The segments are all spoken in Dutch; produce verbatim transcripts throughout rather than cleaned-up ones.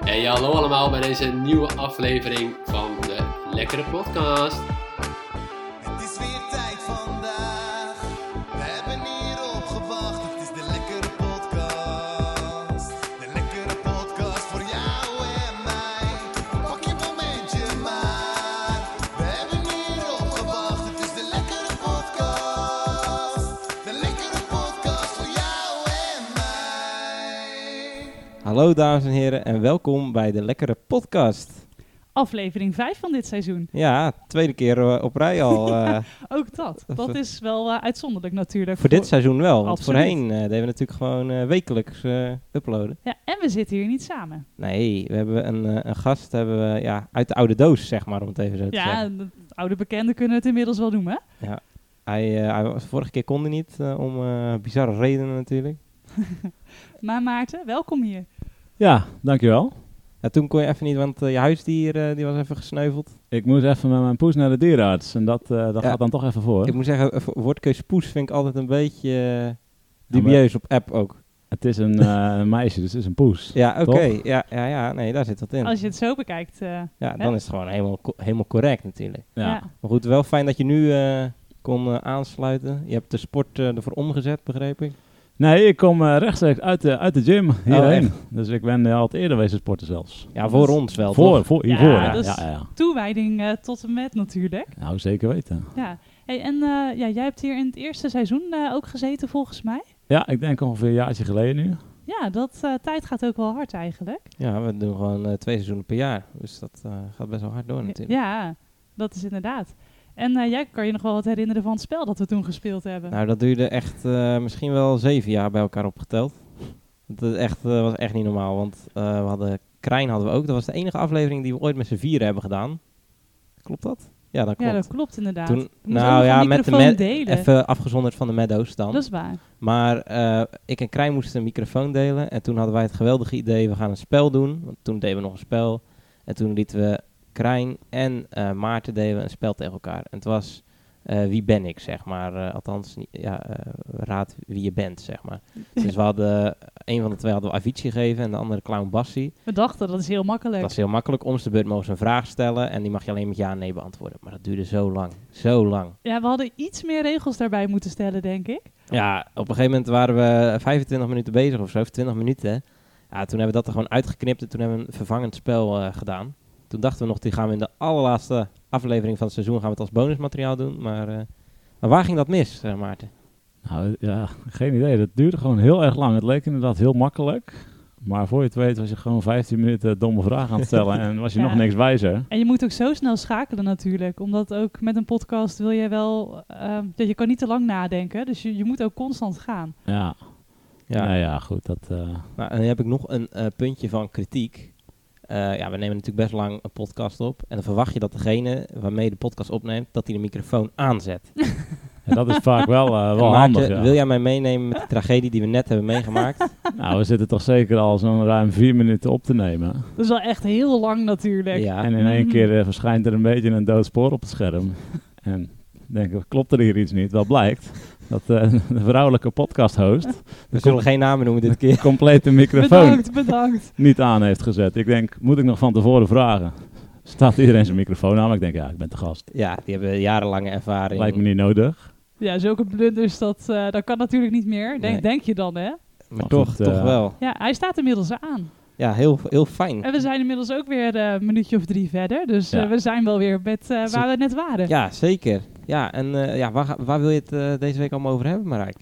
Hey, hallo allemaal bij deze nieuwe aflevering van de Lekkere Podcast. Het is weer tijd vandaag. We hebben hierop gewacht. Het is de Lekkere Podcast. De Lekkere Podcast voor jou en mij. Pak je momentje maar. We hebben hierop gewacht. Het is de Lekkere Podcast. De Lekkere Podcast voor jou en mij. Hallo dames en heren en welkom bij de Lekkere Podcast. Aflevering vijf van dit seizoen. Ja, tweede keer uh, op rij al. Uh, Ook dat. Dat is wel uh, uitzonderlijk natuurlijk. voor dit seizoen wel, want Absoluut. voorheen uh, deden we natuurlijk gewoon uh, wekelijks uh, uploaden. Ja, en we zitten hier niet samen. Nee, we hebben een, uh, een gast hebben we, ja, uit de oude doos, zeg maar, om het even zo te Ja, zeggen. de oude bekenden kunnen het inmiddels wel noemen. Ja. Hij, uh, hij was, vorige keer kon hij niet, uh, om uh, bizarre redenen natuurlijk. Maar Maarten, welkom hier. Ja, dankjewel. Ja, toen kon je even niet, want uh, je huisdier uh, die was even gesneuveld. Ik moest even met mijn poes naar de dierenarts en dat, uh, dat Ja. gaat dan toch even voor. Ik moet zeggen, uh, woordkeus poes vind ik altijd een beetje uh, dubieus op app ook. Het is een, uh, een meisje, dus het is een poes. Ja, oké. Toch? Ja, ja, ja, nee, daar zit wat in. Als je het zo bekijkt. Uh, Ja, dan hè? is het gewoon helemaal, co- helemaal correct natuurlijk. Ja. Ja. Maar goed, wel fijn dat je nu uh, kon uh, aansluiten. Je hebt de sport uh, ervoor omgezet, begreep ik. Nee, ik kom uh, rechtstreeks uit de, uit de gym hierheen. echt? Dus ik ben uh, al het eerder wezen sporten zelfs. Ja, voor ons wel, Voor, toch? voor, Ja, hiervoor, ja. dus- Ja, ja, ja. Toewijding uh, tot en met natuurlijk. Nou, zeker weten. Ja. Hey, en uh, ja, jij hebt hier in het eerste seizoen uh, ook gezeten volgens mij. Ja, ik denk ongeveer een jaartje geleden nu. Ja, dat uh, tijd gaat ook wel hard eigenlijk. Ja, we doen gewoon uh, twee seizoenen per jaar. Dus dat uh, gaat best wel hard door natuurlijk. Ja, dat is inderdaad. En uh, jij kan je nog wel wat herinneren van het spel dat we toen gespeeld hebben. Nou, dat duurde echt uh, misschien wel zeven jaar bij elkaar opgeteld. Dat is echt, uh, was echt niet normaal, want uh, we hadden Krijn hadden we ook. Dat was de enige aflevering die we ooit met z'n vieren hebben gedaan. Klopt dat? Ja, dat klopt. Ja, dat klopt inderdaad. Toen, We moesten ook nou nog ja, een met de microfoon met, delen. even afgezonderd van de Meadows dan. Dat is waar. Maar uh, ik en Krijn moesten een microfoon delen. En toen hadden wij het geweldige idee, we gaan een spel doen. Want toen deden we nog een spel. En toen lieten we Krijn en uh, Maarten deden we een spel tegen elkaar. En het was uh, wie ben ik, zeg maar. Uh, althans, niet- ja, uh, raad wie je bent, zeg maar. Dus we hadden, een van de twee hadden we Avicii gegeven en de andere Clown Bassie. We dachten, dat is heel makkelijk. Dat is heel makkelijk. Om de beurt mogen ze een vraag stellen. En die mag je alleen met ja en nee beantwoorden. Maar dat duurde zo lang. Zo lang. Ja, we hadden iets meer regels daarbij moeten stellen, denk ik. Ja, op een gegeven moment waren we vijfentwintig minuten bezig of zo, of twintig minuten. Ja, toen hebben we dat er gewoon uitgeknipt en toen hebben we een vervangend spel uh, gedaan. Toen dachten we nog, die gaan we in de allerlaatste aflevering van het seizoen gaan we het als bonusmateriaal doen. Maar, uh, maar waar ging dat mis, uh, Maarten? Nou ja, geen idee. Dat duurde gewoon heel erg lang. Het leek inderdaad heel makkelijk. Maar voor je het weet was je gewoon vijftien minuten domme vragen aan het stellen en was je Ja. nog niks wijzer. En je moet ook zo snel schakelen natuurlijk. Omdat ook met een podcast wil je wel... ehm, ja, je kan niet te lang nadenken. Dus je, je moet ook constant gaan. Ja, Ja, nou ja, goed. Dat, uh, nou, en dan heb ik nog een uh, puntje van kritiek. Uh, ja, we nemen natuurlijk best lang een podcast op. En dan verwacht je dat degene waarmee je de podcast opneemt, dat hij de microfoon aanzet. ja, dat is vaak wel, uh, En wel Maarten, handig. Ja. wil jij mij meenemen met de tragedie die we net hebben meegemaakt? Nou, we zitten toch zeker al zo'n ruim vier minuten op te nemen. Dat is wel echt heel lang natuurlijk. Ja. En in één Mhm. keer uh, verschijnt er een beetje een dood spoor op het scherm. En denk ik, klopt er hier iets niet? Wel blijkt dat uh, de vrouwelijke podcast-host We zullen geen namen noemen dit keer. de complete microfoon Bedankt, bedankt. niet aan heeft gezet. Ik denk, moet ik nog van tevoren vragen? Staat iedereen zijn microfoon aan? Maar ik denk, ja, ik ben te gast. Ja, die hebben jarenlange ervaring. Lijkt me niet nodig. Ja, zulke blunders, dat, uh, dat kan natuurlijk niet meer. Denk, Nee. denk je dan, hè? Maar Maar toch, goed, toch uh, wel. Ja, hij staat inmiddels aan. Ja, heel, heel fijn. En we zijn inmiddels ook weer uh, een minuutje of drie verder. Dus uh, Ja. we zijn wel weer met uh, waar we net waren. Ja, zeker. Ja, en uh, ja, waar, ga- waar wil je het uh, deze week allemaal over hebben, Marijk?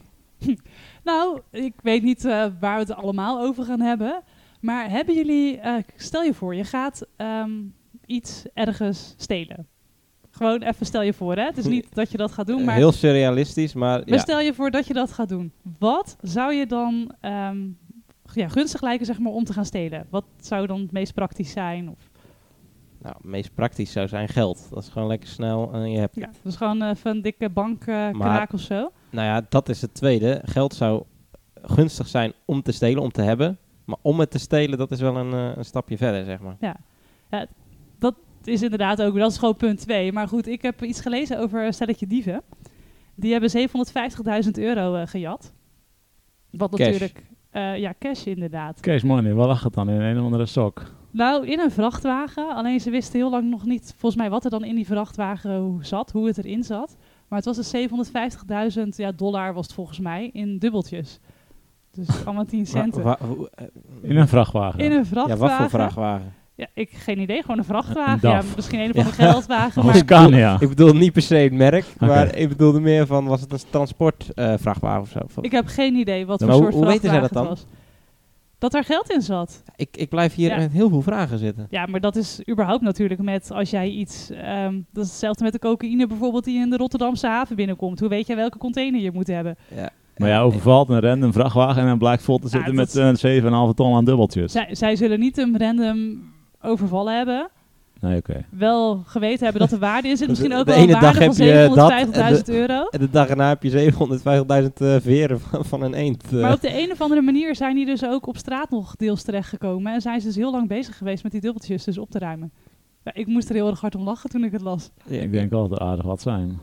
Nou, ik weet niet uh, waar we het allemaal over gaan hebben. Maar hebben jullie, uh, stel je voor, je gaat um, iets ergens stelen. Gewoon even stel je voor, hè. Het is niet dat je dat gaat doen, maar, Heel surrealistisch, maar maar ja. stel je voor dat je dat gaat doen. Wat zou je dan um, ja, gunstig lijken, zeg maar, om te gaan stelen? Wat zou dan het meest praktisch zijn? Of, Nou, het meest praktisch zou zijn geld. Dat is gewoon lekker snel en je hebt... ja, dus gewoon even een dikke bankkraak uh, Maar- of zo. Nou ja, dat is het tweede. Geld zou gunstig zijn om te stelen, om te hebben. Maar om het te stelen, dat is wel een, uh, een stapje verder, zeg maar. Ja, ja dat is inderdaad ook, dat is gewoon punt twee. Maar goed, ik heb iets gelezen over een stelletje dieven. Die hebben zevenhonderdvijftigduizend euro uh, gejat. Wat Cash. natuurlijk, uh, ja, cash inderdaad. Cash money, waar lag het dan in een of andere sok? Nou, in een vrachtwagen. Alleen ze wisten heel lang nog niet, volgens mij, wat er dan in die vrachtwagen zat, hoe het erin zat. Maar het was dus zevenhonderdvijftigduizend ja, dollar was het volgens mij, in dubbeltjes. Dus allemaal tien centen. Wa- wa- hoe- eh, In een vrachtwagen. In een ja, vrachtwagen. wat voor vrachtwagen? Ja, ik geen idee. Gewoon een vrachtwagen. Een Ja, D A F. misschien een of andere geldwagen. Of Maar Scania. Ik bedoel niet per se het merk, Oké. maar ik bedoelde meer van, was het een transportvrachtwagen vrachtwagen of zo? Of- ik heb geen idee wat Maar voor hoe- soort hoe weten zij vrachtwagen dat het was. Dat er geld in zat. ik, ik blijf hier Ja. met heel veel vragen zitten. Ja, maar dat is überhaupt natuurlijk met als jij iets... ehm, dat is hetzelfde met de cocaïne bijvoorbeeld die in de Rotterdamse haven binnenkomt. Hoe weet jij welke container je moet hebben? Ja. Maar jij overvalt een random vrachtwagen en dan blijkt vol te Ja, zitten dat met een zeven komma vijf ton aan dubbeltjes. Zij, zij zullen niet een random overvallen hebben. Nee, oké. Wel geweten hebben dat de waarde is. En misschien De- ook de wel een ene dag waarde van heb je dat zevenhonderdvijftigduizend euro. En de dag erna heb je zevenhonderdvijftigduizend uh, veren van, van een eend. eh. Maar op de een of andere manier zijn die dus ook op straat nog deels terechtgekomen. En zijn ze dus heel lang bezig geweest met die dubbeltjes dus op te ruimen. Ja, ik moest er heel erg hard om lachen toen ik het las. Ja, Ik denk wel dat er aardig wat zijn.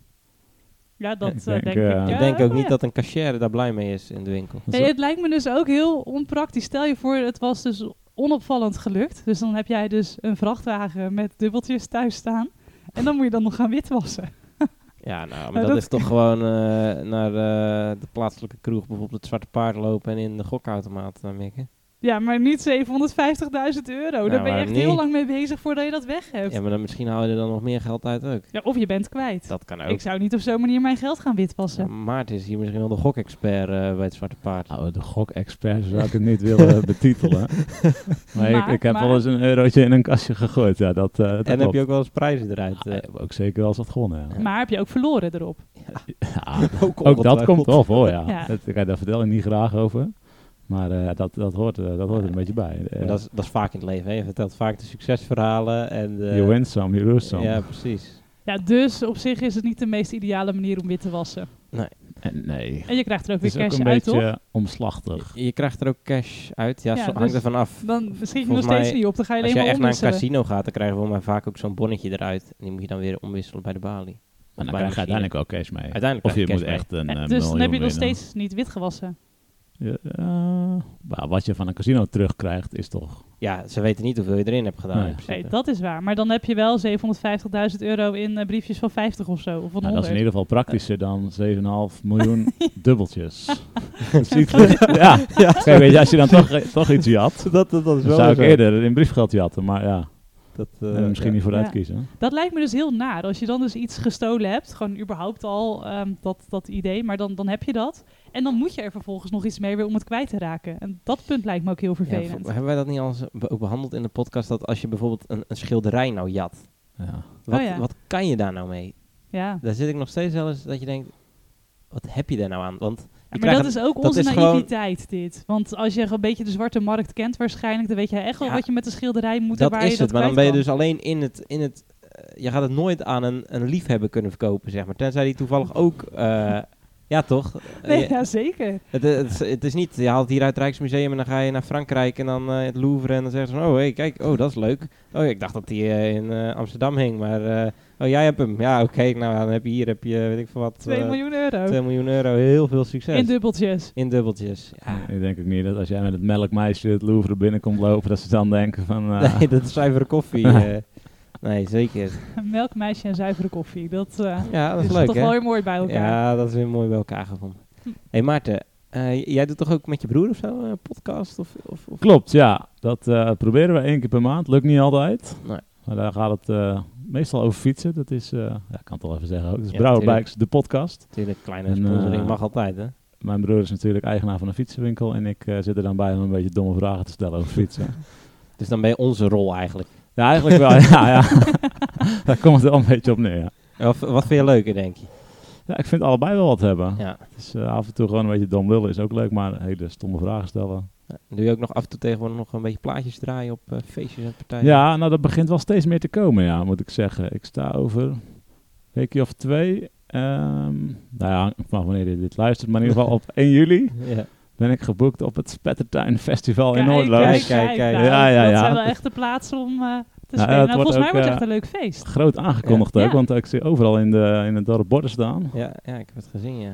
Ja, dat Ik eh, denk, denk, eh, ik. ik Ja, denk ook maar niet ja. dat een cashier daar blij mee is in de winkel. Nee, het lijkt me dus ook heel onpraktisch. Stel je voor, het was dus onopvallend gelukt. Dus dan heb jij dus een vrachtwagen met dubbeltjes thuis staan. En dan moet je dan nog gaan witwassen. Ja, nou, maar Maar dat, dat- is toch gewoon eh, naar eh, de plaatselijke kroeg, bijvoorbeeld het Zwarte Paard lopen en in de gokautomaat uh, mikken. Ja, maar niet zevenhonderdvijftigduizend euro. Daar ben je maar echt nee. heel lang mee bezig voordat je dat weg hebt. Ja, maar dan misschien haal je er dan nog meer geld uit ook. Ja, of je bent kwijt. Dat kan ook. Ik zou niet op zo'n manier mijn geld gaan witwassen. Ja, Maarten is hier misschien wel de gokexpert uh, bij het Zwarte Paard. Nou, de gok-expert zou ik het niet willen betitelen. Maar, ik, Maar- ik heb maar- wel eens een eurotje in een kastje gegooid. Ja, dat, eh dat en heb klopt. je ook wel eens prijzen eruit? Ja, eh? ik heb ook zeker wel eens wat gewonnen. Ja. Maar heb je ook verloren erop? Ja, ook ook dat ongetwijfeld. komt wel voor, ja. Ja. Dat, kijk, daar vertel ik niet graag over. Maar eh, dat, dat, hoort, eh, dat hoort er een beetje bij. Eh, Maar dat, is, dat is vaak in het leven. Hè? Je vertelt vaak de succesverhalen. En de, you win some, you lose some. Ja, precies. Ja, dus op zich is het niet de meest ideale manier om wit te wassen. En nee, En je krijgt er ook het weer is ook cash een uit, beetje toch? omslachtig. Je, je krijgt er ook cash uit. Ja, Ja, zo, dus- hangt er vanaf. Dan schiet je nog Volgens steeds mij, niet op. Dan ga je Als alleen jij maar echt naar een omwisselen. casino gaat, dan krijgen we volgens mij vaak ook zo'n bonnetje eruit. En die moet je dan weer omwisselen bij de balie. Maar dan bij krijg je de machine. uiteindelijk wel cash mee. Uiteindelijk Of je krijg moet cash echt een Ja, eh, dus dan heb je nog miljoen steeds niet wit gewassen. winnen. Ja, eh, maar wat je van een casino terugkrijgt is toch... mee. Ja, ze weten niet hoeveel je erin hebt gedaan. Nee. in principe. Nee, dat is waar. Maar dan heb je wel zevenhonderdvijftigduizend euro in eh, briefjes van vijftig of zo. Of van Nou, dat is in honderd. ieder geval praktischer dan zeven komma vijf miljoen dubbeltjes. Ziet er- ja, ja. Kijk, weet je, als je dan toch, toch iets jat, dat, dat, dat is dan wel zou ik zo. eerder in briefgeld jatten. Maar ja, Dat, eh, daar heb ik misschien ja. niet voor Ja. uitkiezen. Dat lijkt me dus heel naar. Als je dan dus iets gestolen hebt, gewoon überhaupt al ehm, dat, dat idee, maar dan, dan heb je dat. En dan moet je er vervolgens nog iets mee weer om het kwijt te raken. En dat punt lijkt me ook heel Ja, vervelend. v- hebben wij dat niet al eens be- ook behandeld in de podcast? Dat als je bijvoorbeeld een, een schilderij nou jat, Ja. wat, Oh ja. wat kan je daar nou mee? Ja. Daar zit ik nog steeds wel eens dat je denkt, wat heb je daar nou aan? Want je Ja, maar krijgt dat een- is ook dat onze is gewoon- naïviteit, dit. Want als je een beetje de zwarte markt kent waarschijnlijk, dan weet je echt wel Ja, wat je met de schilderij moet en dat waar is je dat het, maar dan kwijt ben je kan. dus alleen in het... In het eh, je gaat het nooit aan een, een liefhebber kunnen verkopen, zeg maar. Tenzij die toevallig ook... eh, ja, toch? Eh, Nee, je- ja, zeker. Het, het, is- het is niet, je haalt het hier uit het Rijksmuseum en dan ga je naar Frankrijk en dan eh, het Louvre en dan zeggen ze van, oh hey, kijk, oh dat is leuk. Oh ik dacht dat die eh, in eh, Amsterdam hing, maar eh, oh jij hebt hem. Ja oké, nou dan heb je hier, heb je, weet ik veel wat, twee eh, miljoen euro. twee miljoen euro, heel veel succes. In dubbeltjes. In dubbeltjes. Ja. Ik denk ook niet dat als jij met het melkmeisje het Louvre binnenkomt lopen, dat ze dan denken van... eh, Nee, dat is zuivere koffie. eh. nee, zeker. Een melkmeisje en zuivere koffie. Dat eh, Ja, dat is, is leuk toch hè? wel weer mooi bij elkaar. Ja, dat is weer mooi bij elkaar gevonden. Hm. hey Maarten, eh, jij doet toch ook met je broer of zo een podcast? Of, of, of? Klopt, ja. Dat eh, proberen we één keer per maand. Lukt niet altijd. Nee. Maar daar gaat het eh, meestal over fietsen. Dat is, eh, ja, ik kan het wel even zeggen ook. Dat is Ja, Brouwer tuurlijk. Bikes, de podcast. Natuurlijk, kleine En, sponsoring eh, mag altijd hè? Mijn broer is natuurlijk eigenaar van een fietsenwinkel. En ik eh, zit er dan bij om een beetje domme vragen te stellen over fietsen. Dus dan ben je onze rol eigenlijk. Ja, eigenlijk wel. ja, ja. Daar komt het wel een beetje op neer, ja. Of, wat vind je leuker, denk je? Ja, ik vind allebei wel wat hebben. Ja. Het is eh, af en toe gewoon een beetje dom lullen is ook leuk. Maar hele stomme vragen stellen. Doe je ook nog af en toe tegenwoordig nog een beetje plaatjes draaien op eh, feestjes en partijen? Ja, nou dat begint wel steeds meer te komen, ja, moet ik zeggen. Ik sta over een weekje of twee. ehm nou ja, vanaf wanneer je dit luistert, maar in ieder geval op één juli Ja. ben ik geboekt op het Spettertuin Festival in Kijk, Noordloos. Kijk, kijk, kijk. nou, Ja, ja, dat ja. zijn wel echt de plaatsen om eh, te Ja, spelen. het Nou, wordt volgens mij ook, wordt het eh, echt een leuk feest. Groot aangekondigd Ja. ook, Ja. want ik zie overal in, de, in het dorp borden staan. Ja, ja, ik heb het gezien, ja.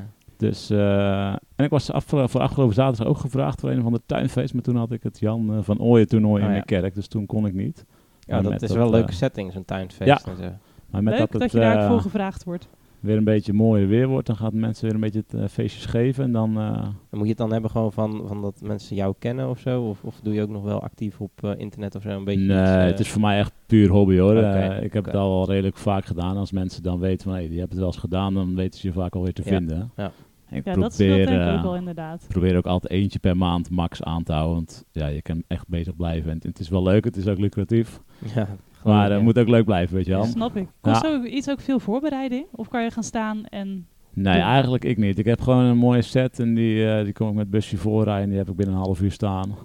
Dus, uh, en ik was afge- voor afgelopen zaterdag ook gevraagd voor een of ander tuinfeest. Maar toen had ik het Jan uh, van Ooyen toernooi Oh, in ja. de kerk. Dus toen kon ik niet. Ja, Maar dat met is dat, wel een leuke uh, setting, zo'n tuinfeest. Ja. En zo. Maar met Leuk dat, dat, het, je daar ook uh, voor gevraagd wordt. weer een beetje mooier weer wordt, dan gaan mensen weer een beetje het uh, feestjes geven. En dan, uh, En moet je het dan hebben gewoon van, van dat mensen jou kennen of zo? Of, of doe je ook nog wel actief op uh, internet of zo? Een beetje nee, iets, uh, het is voor mij echt puur hobby hoor. Okay, Uh, ik heb okay. het al wel redelijk vaak gedaan. Als mensen dan weten van, hé, hey, die hebben het wel eens gedaan, dan weten ze je vaak alweer te Ja, vinden. ja. En ik Ja, dat probeer, is denk ik uh, ook wel inderdaad. probeer ook altijd eentje per maand max aan te houden. Want ja, je kan echt bezig blijven. En het is wel leuk, het is ook lucratief. Ja, Maar het ja. uh, moet ook leuk blijven, weet je wel. Ja. Snap ik. Kost Ja. ook iets ook veel voorbereiding? Of kan je gaan staan en... Nee, Doen. eigenlijk ik niet. Ik heb gewoon een mooie set en die, uh, die kom ik met busje voorrijden. En die heb ik binnen een half uur staan.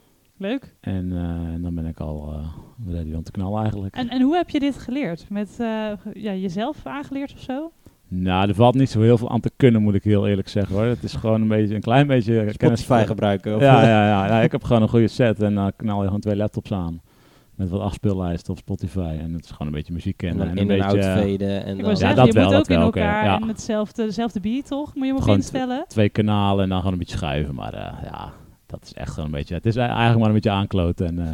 Leuk. En, uh, en dan ben ik al uh, ready om te knallen eigenlijk. En, en hoe heb je dit geleerd? Met uh, ja, jezelf aangeleerd of zo? Nou, er valt niet zo heel veel aan te kunnen, moet ik heel eerlijk zeggen hoor. Het is gewoon een beetje een klein beetje Spotify gebruiken. Of Ja, ja, ja, ja. Ik heb gewoon een goede set en dan uh, knal je gewoon twee laptops aan. Met wat afspeellijsten op Spotify. En het is gewoon een beetje muziek en kennen. dan En in een en out beetje uh, faden. En Ik dan, wil Ja, zeggen, dat je wel, moet dat ook in wel, oké, elkaar ja. en hetzelfde, dezelfde beat, toch? Moet je hem ook Gewoon instellen? twee kanalen en dan gewoon een beetje schuiven. Maar uh, ja, dat is echt gewoon een beetje... Het is eigenlijk maar een beetje aankloten. En, uh,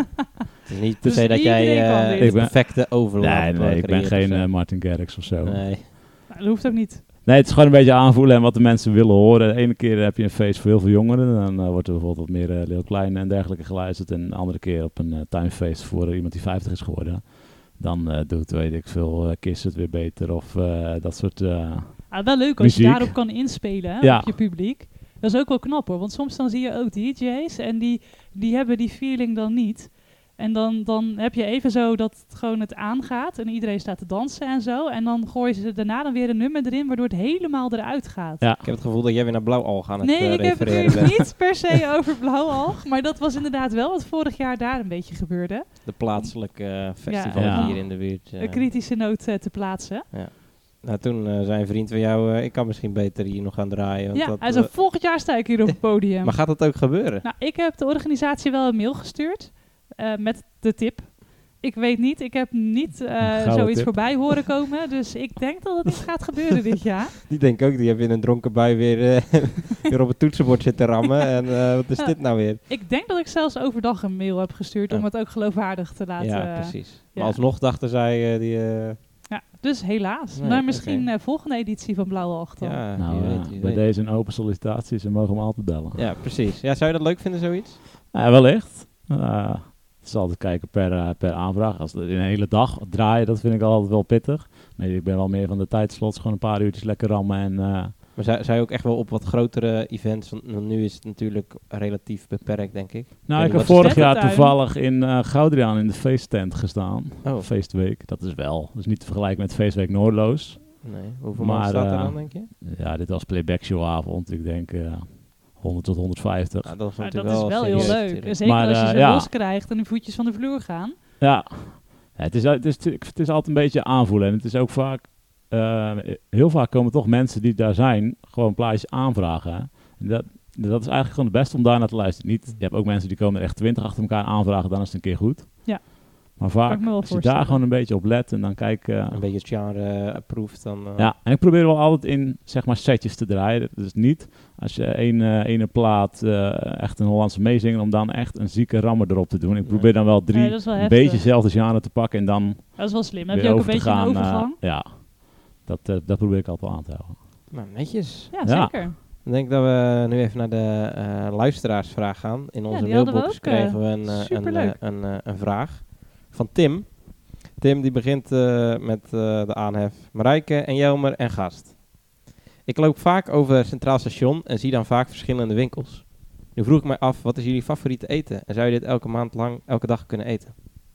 het is niet per Dus se dat jij iedereen kan uh, dit. de Ik ben- perfecte overlap nee, nee, uh, ik ben creëert geen of zo. uh, Martin Garrix of zo. Nee. Nou, dat hoeft ook niet. Nee, het is gewoon een beetje aanvoelen en wat de mensen willen horen. De ene keer heb je een feest voor heel veel jongeren. Dan uh, wordt er bijvoorbeeld wat meer uh, Leo Klein en dergelijke geluisterd. En een andere keer op een uh, tuinfeest voor uh, iemand die vijftig is geworden. Dan uh, doet, weet ik veel, uh, Kiss het weer beter of uh, dat soort... Uh, Ah, wel leuk als je Muziek. daarop kan inspelen hè, Ja. op je publiek. Dat is ook wel knap hoor. Want soms dan zie je ook D J's en die, die hebben die feeling dan niet. En dan, dan heb je even zo dat het gewoon het aangaat en iedereen staat te dansen en zo. En dan gooien ze daarna dan weer een nummer erin waardoor het helemaal eruit gaat. ja. Ik heb het gevoel dat jij weer naar Blauwalg aan het Nee, uh, ik heb het refereren nu bent. niet per se over Blauwalg. Maar dat was inderdaad wel wat vorig jaar daar een beetje gebeurde. De plaatselijke uh, festival Ja. hier in de buurt. uh. Een kritische noot uh, te plaatsen. Nou, toen uh, zei een vriend van jou, uh, ik kan misschien beter hier nog gaan draaien. Want Ja, dat, hij zei uh, volgend jaar sta ik hier op het podium. maar gaat dat ook gebeuren? Nou, ik heb de organisatie wel een mail gestuurd uh, met de tip. Ik weet niet, ik heb niet uh, gouden zoiets tip. voorbij horen komen. Dus ik denk dat het niet gaat gebeuren dit jaar. Die denk ook, die hebben in een dronken bui weer, uh, weer op het toetsenbord zitten rammen. En uh, wat is Ja. dit nou weer? Ik denk dat ik zelfs overdag een mail heb gestuurd om Ja. het ook geloofwaardig te laten. ja, uh, precies. ja. Maar alsnog dachten zij, uh, die... Uh, ja, dus helaas. Nee, maar misschien oké. uh, volgende editie van Blauwe Acht dan. ja, Nou, wie uh, weet, wie bij weet. deze een open sollicitatie, ze mogen me altijd bellen. Ja, precies. Ja, zou je dat leuk vinden, zoiets? Ja, wellicht. Uh, het is altijd kijken per, uh, per aanvraag. Als het in een hele dag draaien, dat vind ik altijd wel pittig. Nee, ik ben wel meer van de tijdslots. Gewoon een paar uurtjes lekker rammen. En, uh, Maar zou, zou je ook echt wel op wat grotere events, want want nu is het natuurlijk relatief beperkt, denk ik. nou, weet ik niet, heb wat is vorig jaar Stententuin? toevallig in uh, Goudriaan in de feesttent gestaan. Oh, Feestweek. Dat is wel. Dat is niet te vergelijken met Feestweek Noordloos. nee. Hoeveel Maar, man staat er uh, dan, denk je? Ja, dit was playback showavond. Ik denk uh, honderd tot honderdvijftig. Nou, dat is, Maar natuurlijk dat is wel serieus heel leuk. natuurlijk. En zeker Maar, als je uh, ze ja. los krijgt en de voetjes van de vloer gaan. Ja, ja het, is, het, is, het is altijd een beetje aanvoelen. En het is ook vaak... Uh, heel vaak komen toch mensen die daar zijn... gewoon plaatjes aanvragen. Hè. En dat, dat is eigenlijk gewoon het beste om daar naar te luisteren. Niet, je hebt ook mensen die komen er echt twintig achter elkaar aanvragen... dan is het een keer goed. Ja. Maar Kan vaak, ik me wel als je voorstellen. daar gewoon een beetje op let... en dan kijk... Uh, Een beetje het genre uh, approved dan... Uh, ja, en ik probeer wel altijd in, zeg maar, setjes te draaien. Dus niet als je een uh, ene plaat uh, echt een Hollandse meezingen... om dan echt een zieke rammer erop te doen. Ik probeer dan wel drie Nee, dat is wel een heftig. beetje hetzelfde genre te pakken... en dan Dat is wel slim. Dan heb weer je ook een over te beetje gaan. een uh, overgang. ja, dat, uh, dat probeer ik altijd wel aan te houden. Nou, netjes. ja, ja. zeker. Ik denk dat we nu even naar de uh, luisteraarsvraag gaan. In onze die hadden we mailbox ook, uh, kregen we een, uh, een, superleuk. uh, een, uh, een vraag van Tim. Tim die begint uh, met uh, de aanhef. Marijke en Jelmer en gast. Ik loop vaak over Centraal Station en zie dan vaak verschillende winkels. Nu vroeg ik mij af, wat is jullie favoriete eten? En zou je dit elke maand lang, elke dag kunnen eten?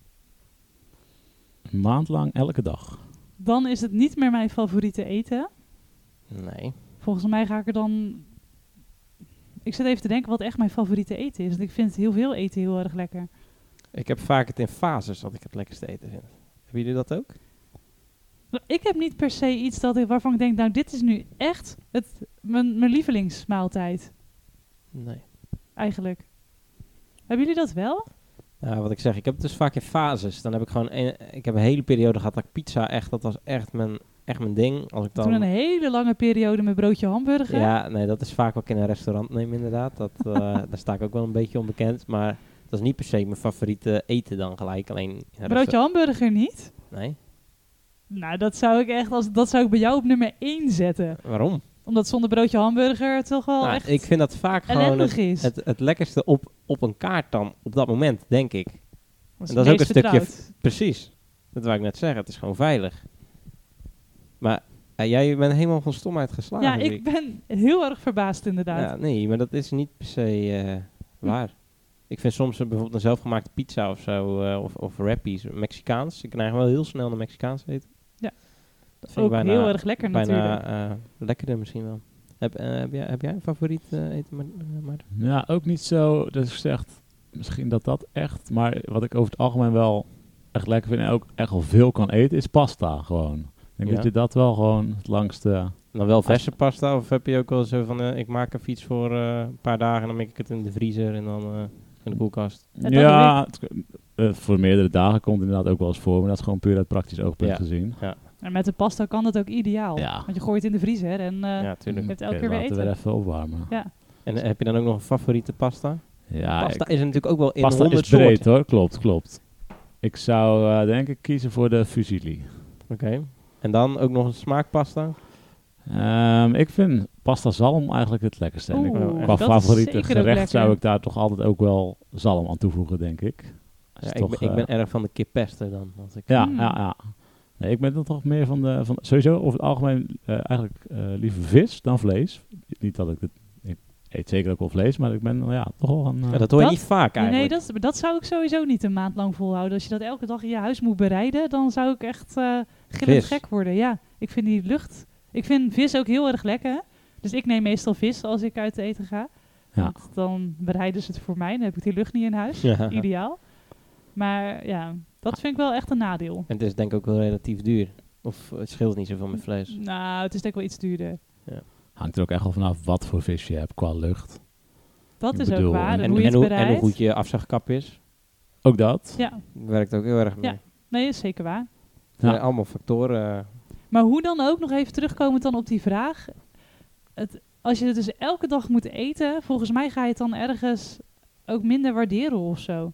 Een maand lang, elke dag. Dan is het niet meer mijn favoriete eten. Nee. Volgens mij ga ik er dan... Ik zit even te denken wat echt mijn favoriete eten is. Want ik vind heel veel eten heel erg lekker. Ik heb vaak het in fases wat ik het lekkerste eten vind. Hebben jullie dat ook? Ik heb niet per se iets dat ik, waarvan ik denk, nou dit is nu echt het, mijn, mijn lievelingsmaaltijd. Nee. Eigenlijk. Hebben jullie dat wel? Nou, wat ik zeg, ik heb het dus vaak in fases. Dan heb ik gewoon een, ik heb een hele periode gehad dat ik pizza echt, dat was echt mijn echt mijn ding. Als ik dan... Toen een hele lange periode met broodje hamburger. Ja, nee, dat is vaak wat ik in een restaurant neem inderdaad. Dat, uh, daar sta ik ook wel een beetje onbekend. Maar dat is niet per se mijn favoriete eten dan gelijk. Alleen in een Broodje hamburger niet? resta- Nee? Nou, dat zou ik echt als dat zou ik bij jou op nummer één zetten. Waarom? Omdat zonder broodje hamburger het toch wel Nou, echt ik vind dat vaak gewoon ellendig het, is. het, het lekkerste op, op een kaart dan. Op dat moment, denk ik. Dat en dat is ook meest een stukje- vertrouwd. Precies. Dat wou ik net zeggen. Het is gewoon veilig. Maar uh, jij bent helemaal van stomheid geslagen. Ja, zie ik ben heel erg verbaasd inderdaad. Ja, nee, maar dat is niet per se uh, waar. Ik vind soms uh, bijvoorbeeld een zelfgemaakte pizza of zo, uh, of, of wrappies, Mexicaans. Ik neig wel heel snel naar Mexicaans eten. Ja. Dat vind Ook ik bijna, heel erg lekker bijna, natuurlijk. uh, lekkerder misschien wel. Heb, uh, heb, jij, heb jij een favoriet uh, eten, Ma- uh, Maarten? Ja, ook niet zo dat ik zeg, misschien dat dat echt, maar wat ik over het algemeen wel echt lekker vind en ook echt wel veel kan eten, is pasta gewoon. Ik denk Ja. dat je dat wel gewoon het langste... Dan wel verse pasta, of heb je ook wel zo van, uh, ik maak even iets voor uh, een paar dagen en dan maak ik het in de vriezer en dan uh, in de koelkast. dat Ja, het, uh, voor meerdere dagen komt inderdaad ook wel eens voor, maar dat is gewoon puur uit praktisch oogpunt Ja. gezien. En met de pasta kan dat ook ideaal. Ja. Want je gooit het in de vriezer en uh, Ja, tuurlijk. je hebt elke Oké, keer weer laten eten. we even opwarmen. Ja. En uh, heb je dan ook nog een favoriete pasta? Ja, pasta ik- is er natuurlijk ook wel in pasta honderd is breed soorten. hoor, klopt, klopt. Ik zou uh, denk ik kiezen voor de fusilli. Oké. En dan ook nog een smaakpasta? Um, ik vind pasta zalm eigenlijk het lekkerste. En ik, Oeh, qua dat is favoriete zeker ook gerecht lekker. zou ik daar toch altijd ook wel zalm aan toevoegen, denk ik. Dat is Ja, ik, toch, ben, ik eh, ben erg van de kip pesto dan. Als ik Ja, Mm. ja, ja. Nee, ik ben dan toch meer van de... Van, sowieso over het algemeen uh, eigenlijk uh, liever vis dan vlees. Niet dat ik het... Ik eet zeker ook wel vlees, maar ik ben nou ja, toch wel een... uh, Ja, dat hoor je Dat- niet vaak Nee, eigenlijk. dat, dat zou ik sowieso niet een maand lang volhouden. Als je dat elke dag in je huis moet bereiden, dan zou ik echt uh, gillend Vis. gek worden. Ja, ik vind die lucht... Ik vind vis ook heel erg lekker. Dus ik neem meestal vis als ik uit eten ga. Ja. Want dan bereiden ze het voor mij. Dan heb ik die lucht niet in huis. Ja. Ideaal. Maar ja, dat vind ik wel echt een nadeel. En het is denk ik ook wel relatief duur. Of het scheelt niet zoveel met vlees. Nou, het is denk ik wel iets duurder. hangt er ook echt wel vanaf wat voor vis je hebt qua lucht. Dat Ik is bedoel, ook waar. En, en- En, hoe je en, het hoe, en hoe bereidt. goed je afzagkap is. Ook dat. Ja, Werkt ook heel erg mee. Ja. nee, is zeker waar. Het zijn Ja. allemaal factoren. eh, Maar hoe dan ook, nog even terugkomend dan op die vraag. Het, als je het dus elke dag moet eten, volgens mij ga je het dan ergens ook minder waarderen of zo.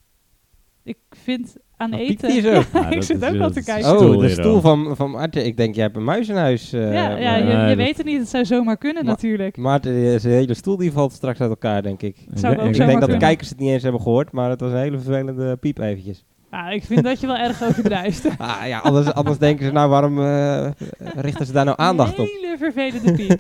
Ik vind aan Wat eten... piept hier zo? Ja, Ja, ik dat zit is- ook al dat te is- kijken. stoel Oh, de hier stoel dan. van, van Maarten. Ik denk, jij hebt een muis in huis. eh, ja, ja, je, Nee, je dat- weet het niet. Het zou zomaar kunnen Maar- natuurlijk. Maarten, eh, zijn hele stoel die valt straks uit elkaar, denk ik. Zou ook Ik Ik zomaar denk dat de kunnen. kijkers het niet eens hebben gehoord, maar het was een hele vervelende piep eventjes. Ah, ik vind dat je wel erg overdrijft. Ah, ja, anders, anders denken ze, nou, waarom eh, richten ze daar nou aandacht Een op? hele vervelende piep.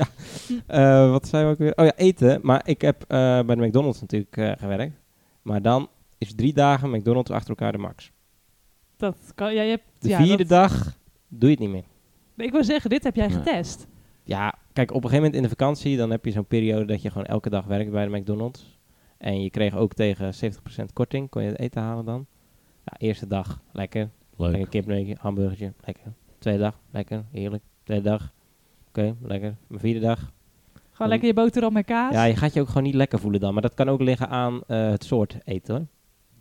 Eh, wat zijn we ook weer? Oh ja, eten. Maar ik heb eh, bij de McDonald's natuurlijk eh, gewerkt. Maar dan is drie dagen McDonald's achter elkaar de max. Dat kan, ja, je hebt, De ja, vierde dat- dag doe je het niet meer. Ik wil zeggen, dit heb jij Ja. getest. Ja, kijk, op een gegeven moment in de vakantie, dan heb je zo'n periode dat je gewoon elke dag werkt bij de McDonald's. En je kreeg ook tegen zeventig procent korting, kon je het eten halen dan. Ja, eerste dag, lekker. Lekker Leuk. kipneukje, hamburgertje, lekker. Tweede dag, lekker, heerlijk. Derde dag, oké, lekker. Mijn vierde dag. Gewoon lekker je boterham met kaas. Ja, je gaat je ook gewoon niet lekker voelen dan. Maar dat kan ook liggen aan eh, het soort eten hoor.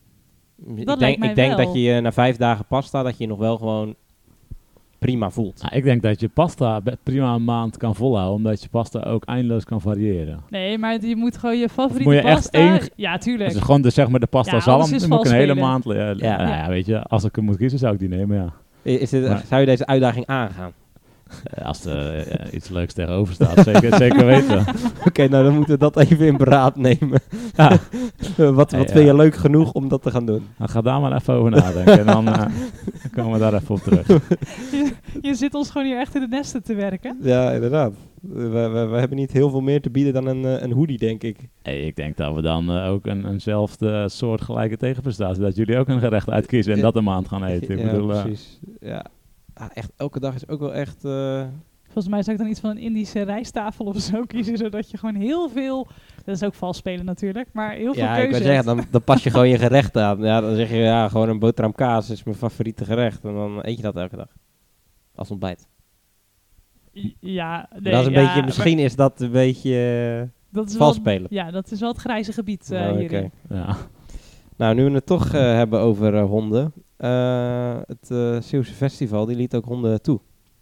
ik lijkt denk, mij ik denk wel. dat je na vijf dagen pasta, dat je je nog wel gewoon prima voelt. Nou, ik denk dat je pasta be- prima een maand kan volhouden, omdat je pasta ook eindeloos kan variëren. Nee, maar je moet gewoon je favoriete moet je echt pasta... één- Ja, tuurlijk. Dus gewoon de, zeg maar de pasta Ja, zalm, alles is dan moet ik een vals hele spelen. maand... le- le- Ja. nou ja, weet je, als ik hem moet kiezen, zou ik die nemen, ja. Is dit, Maar- zou je deze uitdaging aangaan? Eh, Als er eh, iets leuks tegenover staat, zeker, zeker weten. Oké, nou dan moeten we dat even in beraad nemen. Ja. wat wat Ja, vind ja. je leuk genoeg om dat te gaan doen? Dan ga daar maar even over nadenken en dan, eh, dan komen we daar even op terug. je, je zit ons gewoon hier echt in de nesten te werken. Ja, inderdaad. We, we, we hebben niet heel veel meer te bieden dan een, eh, een hoodie, denk ik. Hey, ik denk dat we dan eh, ook een, eenzelfde soortgelijke tegenprestatie, dat jullie ook een gerecht uitkiezen en dat een maand gaan eten. Ik ja, bedoel, eh, precies. Ja. Ah, echt, elke dag is ook wel echt... eh, Volgens mij zou ik dan iets van een Indische rijsttafel of zo kiezen, zodat je gewoon heel veel... Dat is ook vals spelen natuurlijk, maar heel veel ja, keuze ik wil zeggen, hebt. dan, dan pas je gewoon je gerecht aan. Ja, dan zeg je, ja, gewoon een boterham kaas is mijn favoriete gerecht. En dan eet je dat elke dag. Als ontbijt. Ja, nee, dat is een ja, beetje, maar misschien is dat een beetje eh, dat is vals wel- spelen. Ja, dat is wel het grijze gebied eh Nou, hierin. oké. ja. Nou, nu we het toch eh, hebben over eh, honden. eh, het eh Zeeuwse Festival, die liet ook honden toe.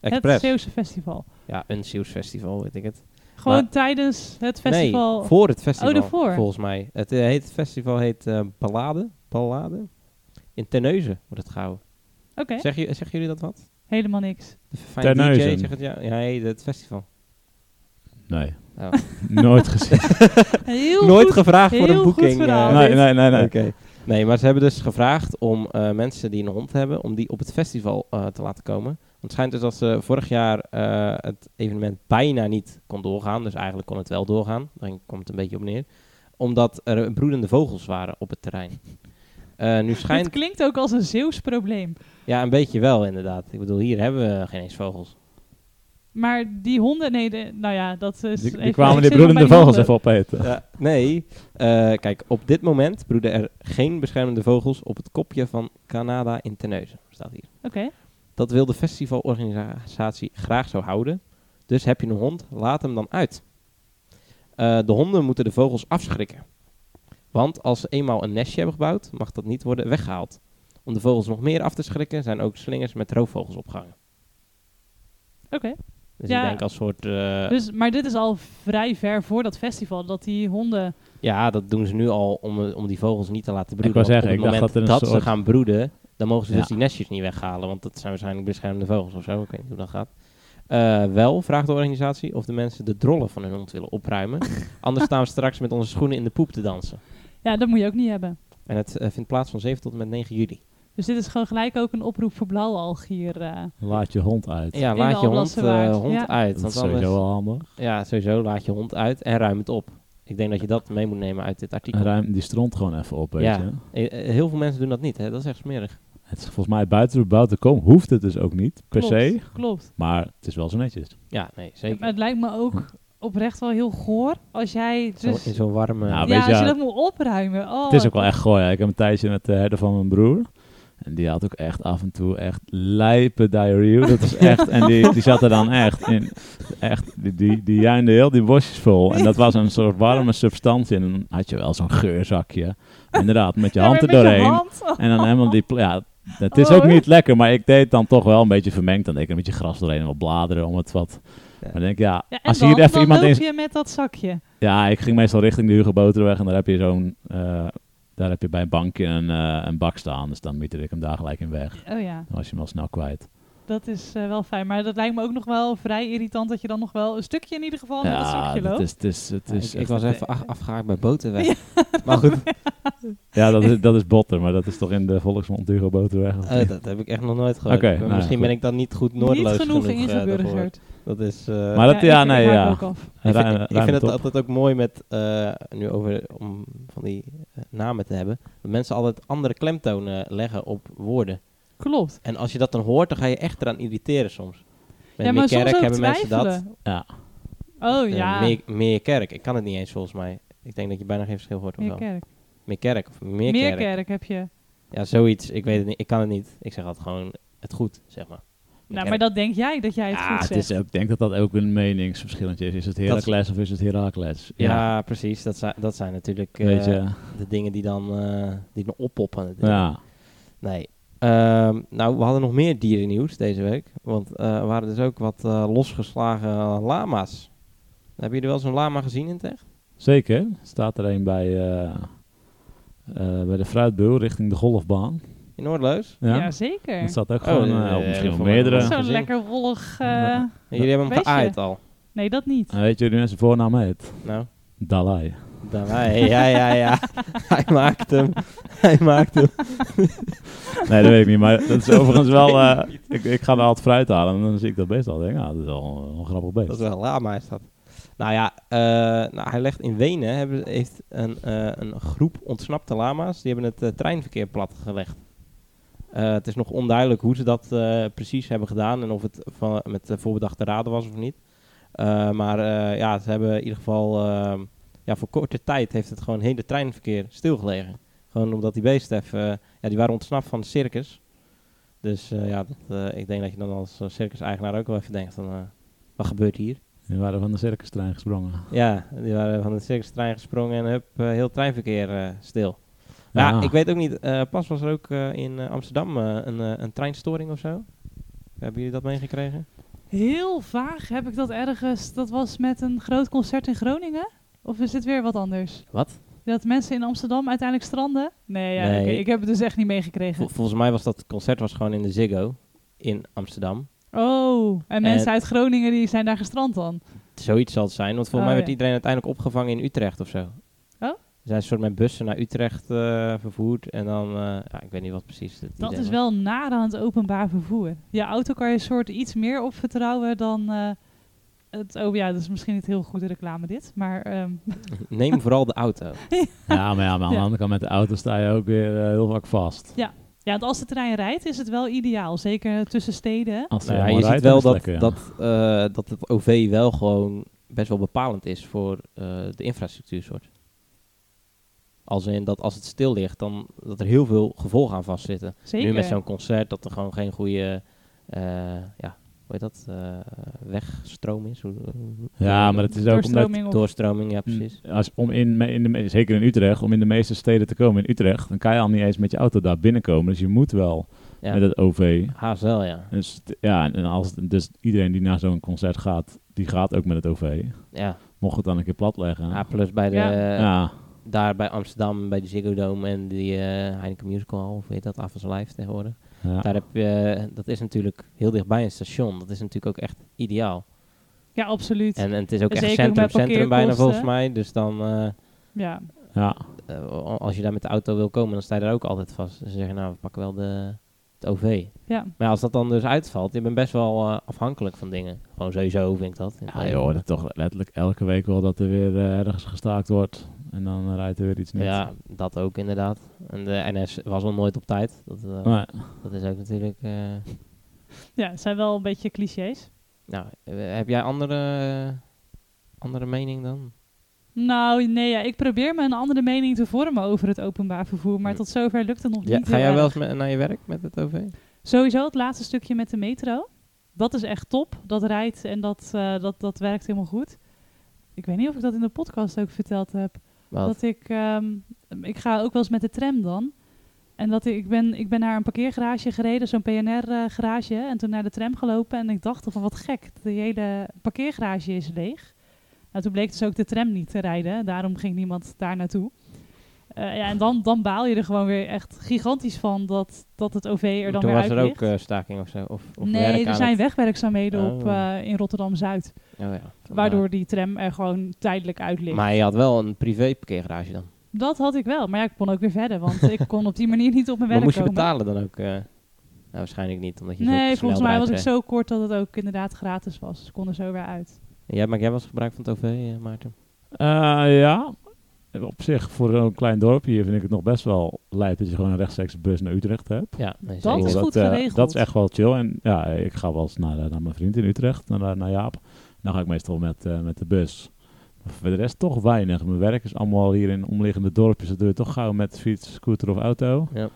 Het Express. Zeeuwse festival. Ja, een Zeeuws festival, weet ik het. Gewoon Maar- tijdens het festival. Nee, voor het festival. Oh, daarvoor. Volgens mij. Het, eh, heet, het festival heet eh Ballade. Ballade. In Terneuzen wordt het gehouden. Oké, Zeg je, zeggen jullie dat wat? helemaal niks. De fijne D J Terneuzen. zegt het ja. Ja, nee, het festival. Nee, Oh. nooit gezien. Heel Nooit goed. gevraagd voor heel een goed boeking. verhaal. eh, nee, dit. nee, nee, nee. Oké. Nee, maar ze hebben dus gevraagd om eh, mensen die een hond hebben, om die op het festival eh, te laten komen. Want het schijnt dus dat ze vorig jaar eh, het evenement bijna niet kon doorgaan. Dus eigenlijk kon het wel doorgaan. Daar komt het een beetje op neer. Omdat er broedende vogels waren op het terrein. Eh, nu Het schijnt... klinkt ook als een Zeeuws probleem. Ja, een beetje wel inderdaad. Ik bedoel, hier hebben we geen eens vogels. Maar die honden, nee, de, nou ja, dat is... Die, die even- kwamen ik die zit nog broedende bij vogels honden. even opeten. Ja, nee, eh, kijk, op dit moment broeden er geen beschermende vogels op het kopje van Canada in Terneuzen. Staat hier. Oké, Dat wil de festivalorganisatie graag zo houden. Dus heb je een hond, laat hem dan uit. Eh, de honden moeten de vogels afschrikken. Want als ze eenmaal een nestje hebben gebouwd, mag dat niet worden weggehaald. Om de vogels nog meer af te schrikken, zijn ook slingers met roofvogels opgehangen. oké. Dus Ja. ik denk als soort... eh, Dus, maar dit is al vrij ver voor dat festival, dat die honden... Ja, dat doen ze nu al om, eh, om die vogels niet te laten broeden. wou Want zeggen, op het ik dacht moment dat er een ze soort- gaan broeden, dan mogen ze dus Ja. die nestjes niet weghalen. Want dat zijn waarschijnlijk beschermde vogels of zo. Ik weet niet hoe dat gaat. Eh, wel vraagt de organisatie of de mensen de drollen van hun hond willen opruimen. Anders staan we straks met onze schoenen in de poep te dansen. Ja, dat moet je ook niet hebben. En het eh, vindt plaats van zeven tot en met negen juli. Dus dit is gewoon gelijk ook een oproep voor blauwalg hier. eh. Laat je hond uit. Ja, In laat de je hond, Alblasserwaard, eh, hond ja. uit. Dat Want is sowieso anders, wel handig. ja, sowieso laat je hond uit en ruim het op. Ik denk dat je dat mee moet nemen uit dit artikel. En ruim die stront gewoon even op, weet Ja. je. Eh, eh, heel veel mensen doen dat niet, hè? Dat is echt smerig. Het is volgens mij buiten de buiten komen, hoeft het dus ook niet, per Klopt, se. Klopt. Maar het is wel zo netjes. Ja, nee, Maar zeker. het lijkt me ook oprecht wel heel goor als jij Zo, dus... in zo'n warme... Nou, ja, weet je, als je ja, dat moet opruimen. Oh, Het is ook wel echt gooi. Ja. Ik heb een tijdje met de herder van mijn broer. En die had ook echt af en toe echt lijpe diarrhea. Dat is echt... En die, die zat er dan echt in... Echt, die, die, die juinde heel die bosjes vol. En dat was een soort warme substantie. En dan had je wel zo'n geurzakje. Inderdaad, met je Ja, hand maar er met je doorheen. hand. En dan helemaal die... pla- Ja, het is Oh, ook hè? niet lekker. Maar ik deed het dan toch wel een beetje vermengd. Dan deed ik een beetje gras doorheen en wat bladeren om het wat... Ja. Maar dan denk ik, ja, Ja, en als dan, hier even dan iemand loop in... je met dat zakje. Ja, ik ging meestal richting de Hugo Boterweg en daar heb je zo'n, eh, daar heb je bij een bankje een, eh, een bak staan. Dus dan mieterde ik hem daar gelijk in weg. Oh ja, Dan was je hem al snel kwijt. dat is eh, wel fijn. Maar dat lijkt me ook nog wel vrij irritant dat je dan nog wel een stukje in ieder geval met dat Ja, zakje het loopt. is, het is, het Ja, is ik, ik echt- was even af- afgehaakt bij Boterweg. Maar goed, ja, dat is, dat is botter, maar dat is toch in de volksmond Hugo Boterweg? of eh, niet? dat heb ik echt nog nooit gehoord. Oké, Ik ben- nou, misschien goed. ben ik dan niet goed noordeloos Niet genoeg eh, daarvoor. ingeburgerd. Dat is... eh, Maar dat, ja, ik, nee, ik haak ja. ook af. ik vind, Ruim- ik ruim vind het top. altijd ook mooi met, eh, nu over, om van die eh, namen te hebben, dat mensen altijd andere klemtonen leggen op woorden. Klopt. En als je dat dan hoort, dan ga je echt eraan irriteren soms. Met Ja, maar soms Meerkerk ook hebben mensen dat. twijfelen. Ja, Oh Eh, ja, Meer, Meerkerk, ik kan het niet eens volgens mij. Ik denk dat je bijna geen verschil hoort. Of wel? Meerkerk. Meerkerk of Meerkerk. Meerkerk heb je. Ja, zoiets. Ik weet het niet. Ik kan het niet. Ik zeg altijd gewoon het goed, zeg maar. Nou, maar dat denk jij dat jij het ja goed het zegt. is ook, ik denk dat dat ook een meningsverschilletje is. Is het Heracles of is het Heracles? Ja, precies. Dat zijn, dat zijn natuurlijk eh, Weet je, de dingen die dan, eh, die dan oppoppen. natuurlijk. ja. Nee. Ehm, nou, we hadden nog meer dierennieuws deze week. Want eh, er waren dus ook wat eh, losgeslagen lama's. Hebben jullie wel zo'n lama gezien in het echt? Zeker. Er staat er een bij, eh, eh, bij de Fruitbeul richting de golfbaan. In Noordloos? Ja, Ja, zeker. Er staat ook Oh, gewoon, nee, eh, nee, of nee, misschien dat wel is wel meerdere. een- Zo'n gezien. lekker wollig... eh, Ja. En jullie hebben hem Beestje. geaaid al. Nee, dat niet. En weet je hoe zijn voornaam heet? Nou, Dalai. dan, ja, ja, ja, ja. Hij maakt hem. Hij maakt hem. Nee, dat weet ik niet. Maar dat is overigens wel... eh, ik, ik ga er altijd fruit halen en dan zie ik dat beest al. Ik denk, ah, dat is wel een, een grappig beest. Dat is wel een lama, is dat. Nou ja, eh, nou, hij legt in Wenen, hebben, heeft een, eh, een groep ontsnapte lama's, die hebben het eh, treinverkeer platgelegd. Eh het is nog onduidelijk hoe ze dat eh, precies hebben gedaan en of het van, met uh, voorbedachte raden was of niet. Eh, maar eh, ja, ze hebben in ieder geval, eh, ja, voor korte tijd heeft het gewoon hele treinverkeer stilgelegen. Gewoon omdat die beesten even, eh, ja, die waren ontsnapt van het circus. Dus eh, ja, dat, eh, ik denk dat je dan als uh, circus-eigenaar ook wel even denkt van, uh, wat gebeurt hier? Die waren van de circustrein gesprongen. Ja, die waren van de circustrein gesprongen en hup, uh, heel het treinverkeer uh, stil. Maar Ja. ja, ik weet ook niet, uh, pas was er ook uh, in uh, Amsterdam uh, een, uh, een treinstoring of zo. Hebben jullie dat meegekregen? Heel vaag heb ik dat ergens. Dat was met een groot concert in Groningen. Of is dit weer wat anders? Wat? Dat mensen in Amsterdam uiteindelijk stranden? Nee, ja, Nee. oké, ik heb het dus echt niet meegekregen. Vol- volgens mij was dat concert was gewoon in de Ziggo in Amsterdam. Oh, en mensen En- uit Groningen die zijn daar gestrand dan? Zoiets zal het zijn, want volgens Oh, mij werd ja. iedereen uiteindelijk opgevangen in Utrecht of zo. Oh? Er zijn een soort met bussen naar Utrecht eh, vervoerd en dan, eh, ja, ik weet niet wat precies het Dat idee is was. wel naar aan het openbaar vervoer. Je auto kan je soort iets meer op vertrouwen dan eh, het... Oh ja, dat is misschien niet heel goede reclame dit, maar... ehm, Neem vooral de auto. Ja, maar, ja, maar aan Ja. de andere kant met de auto sta je ook weer eh, heel vaak vast. ja, want als de trein rijdt is het wel ideaal. Zeker tussen steden. hè? Als Nou ja, helemaal je ziet rijdt, wel dan dat, is het lekker, ja. dat, eh, dat het O V wel gewoon best wel bepalend is voor eh, de infrastructuur soort. Als in dat als het stil ligt, dan dat er heel veel gevolgen aan vastzitten. Zeker. Nu met zo'n concert dat er gewoon geen goede, eh, ja, hoe heet dat, eh, wegstroom is. Hoe- hoe- Ja, maar het is ook omdat... Doorstroming of... Doorstroming, ja precies. Als, om in, me- in de, me- zeker in Utrecht, om in de meeste steden te komen in Utrecht, dan kan je al niet eens met je auto daar binnenkomen. Dus je moet wel Ja, met het O V. haast wel, ja. Dus, t- ja, en als, dus iedereen die naar zo'n concert gaat, die gaat ook met het O V. Ja, Mocht het dan een keer plat leggen. ja plus bij de, Ja. ja. daar bij Amsterdam, bij de Ziggo Dome en die eh, Heineken Musical Hall, of weet dat, Avals Live tegenwoordig. ja. Daar heb je, dat is natuurlijk heel dichtbij een station. Dat is natuurlijk ook echt ideaal. Ja, absoluut. En, en het is ook Zeker echt ook centrum, met centrum bijna parkeerkosten. volgens mij. Dus dan, eh, Ja. ja. eh, als je daar met de auto wil komen, dan sta je daar ook altijd vast. Dan zeg je, nou, we pakken wel de, het O V. Ja. Maar ja, als dat dan dus uitvalt, je bent best wel eh, afhankelijk van dingen. Gewoon sowieso vind ik dat. in het Ja, leven. je hoort het toch letterlijk elke week wel dat er weer eh, ergens gestaakt wordt. En dan rijdt er weer iets niet. Ja, dat ook inderdaad. En de N S was al nooit op tijd. Dat, eh, Maar, dat is ook natuurlijk... eh, ja, het zijn wel een beetje clichés. nou, eh, heb jij andere, andere mening dan? Nou, nee, ja, ik probeer me een andere mening te vormen over het openbaar vervoer, maar Hm. tot zover lukt het nog Ja, niet ga heel jij wel erg. eens met- naar je werk met het O V? Sowieso het laatste stukje met de metro. Dat is echt top. Dat rijdt en dat, eh, dat, dat werkt helemaal goed. Ik weet niet of ik dat in de podcast ook verteld heb. Wat? Dat ik, ehm, ik ga ook wel eens met de tram dan. En dat ik, ik, ben, ik ben naar een parkeergarage gereden, zo'n P N R-garage. en toen naar de tram gelopen. En ik dacht van wat gek, de hele parkeergarage is leeg. Nou, toen bleek dus ook de tram niet te rijden. Daarom ging niemand daar naartoe. Eh, ja, en dan, dan baal je er gewoon weer echt gigantisch van dat, dat het O V er dan Toen weer was uit er ligt. ook eh, staking of zo? Of, of Nee, werk er aan zijn het- wegwerkzaamheden op, Oh. eh, in Rotterdam-Zuid. Oh, ja, Waardoor die tram er gewoon tijdelijk uit ligt. Maar je had wel een privé parkeergarage dan. Dat had ik wel, maar ja, ik kon ook weer verder. Want ik kon op die manier niet op mijn Maar werk moest je komen. betalen dan ook? eh? Nou, waarschijnlijk niet, omdat je zo Nee, snel volgens mij was ik eruit zo kort dat het ook inderdaad gratis was. Dus ik kon er zo weer uit. reed. Ja, maar jij was gebruik van het O V, eh, Maarten? eh, ja, op zich voor zo'n klein dorpje hier vind ik het nog best wel lijp dat je gewoon een rechtstreekse bus naar Utrecht hebt. Ja, nee, Dat zeker. is goed eh, geregeld. dat is echt wel chill. En ja, ik ga wel eens naar, eh, naar mijn vriend in Utrecht, naar, naar Jaap. Dan ga ik meestal met, eh, met de bus. Maar voor de rest toch weinig. Mijn werk is allemaal hier in omliggende dorpjes. Dat doe je toch gauw met fiets, scooter of auto. Ja.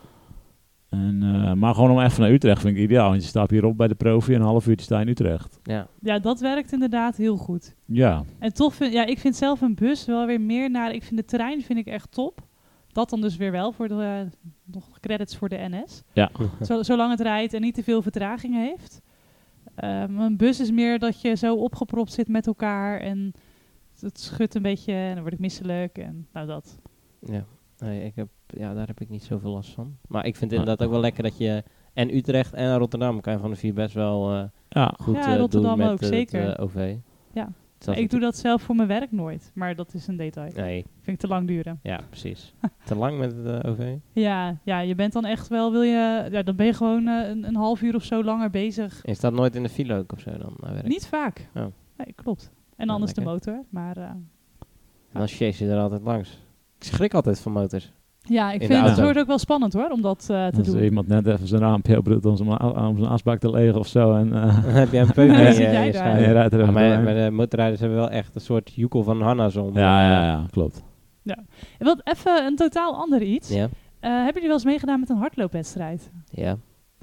En, eh, maar gewoon om even naar Utrecht vind ik ideaal. Want je staat hierop bij de Profi en een half uurtje sta je in Utrecht. Ja. Ja, dat werkt inderdaad heel goed. Ja, En toch vind ja, ik vind zelf een bus wel weer meer naar... Ik vind de trein vind ik echt top. Dat dan dus weer wel voor de eh, nog credits voor de N S. ja. Zo, zolang het rijdt en niet te veel vertraging heeft. Um, een bus is meer dat je zo opgepropt zit met elkaar en het schudt een beetje en dan word ik misselijk en nou dat. Ja. Nee, ik heb, ja, daar heb ik niet zoveel last van. Maar ik vind het inderdaad ook wel lekker dat je... En Utrecht en Rotterdam kan je van de vier best wel eh, ja. goed Ja, eh, Rotterdam doen met ook, eh, zeker. het eh, O V. Ja. Zelfs Ik het- doe dat zelf voor mijn werk nooit, maar dat is een detail. Nee, Vind ik te lang duren. ja, precies. Te lang met het eh, O V? Ja, ja, je bent dan echt wel, wil je, ja, dan ben je gewoon eh, een, een half uur of zo langer bezig. Je staat nooit in de file ook of zo dan naar werk? Niet vaak. Oh. Nee, klopt. En Nou, anders de lekker. motor, maar uh, Dan chase je er altijd langs. Ik schrik altijd van motors. ja, ik In de vind het auto. wordt ook wel spannend hoor, om dat uh, te Als doen. iemand net even zijn raampje opent om zijn, a- om zijn asbak te legen of zo. En, eh, Dan heb jij een peuk Dan in zit je, jij je daar. en schijf. je rijdt er Ja, even maar, doorheen. maar de motorrijders hebben wel echt een soort joekel van Hanna's om. Ja, ja, ja, klopt. En wat even een totaal ander iets. Ja, Uh, hebben jullie wel eens meegedaan met een hardloopwedstrijd? ja.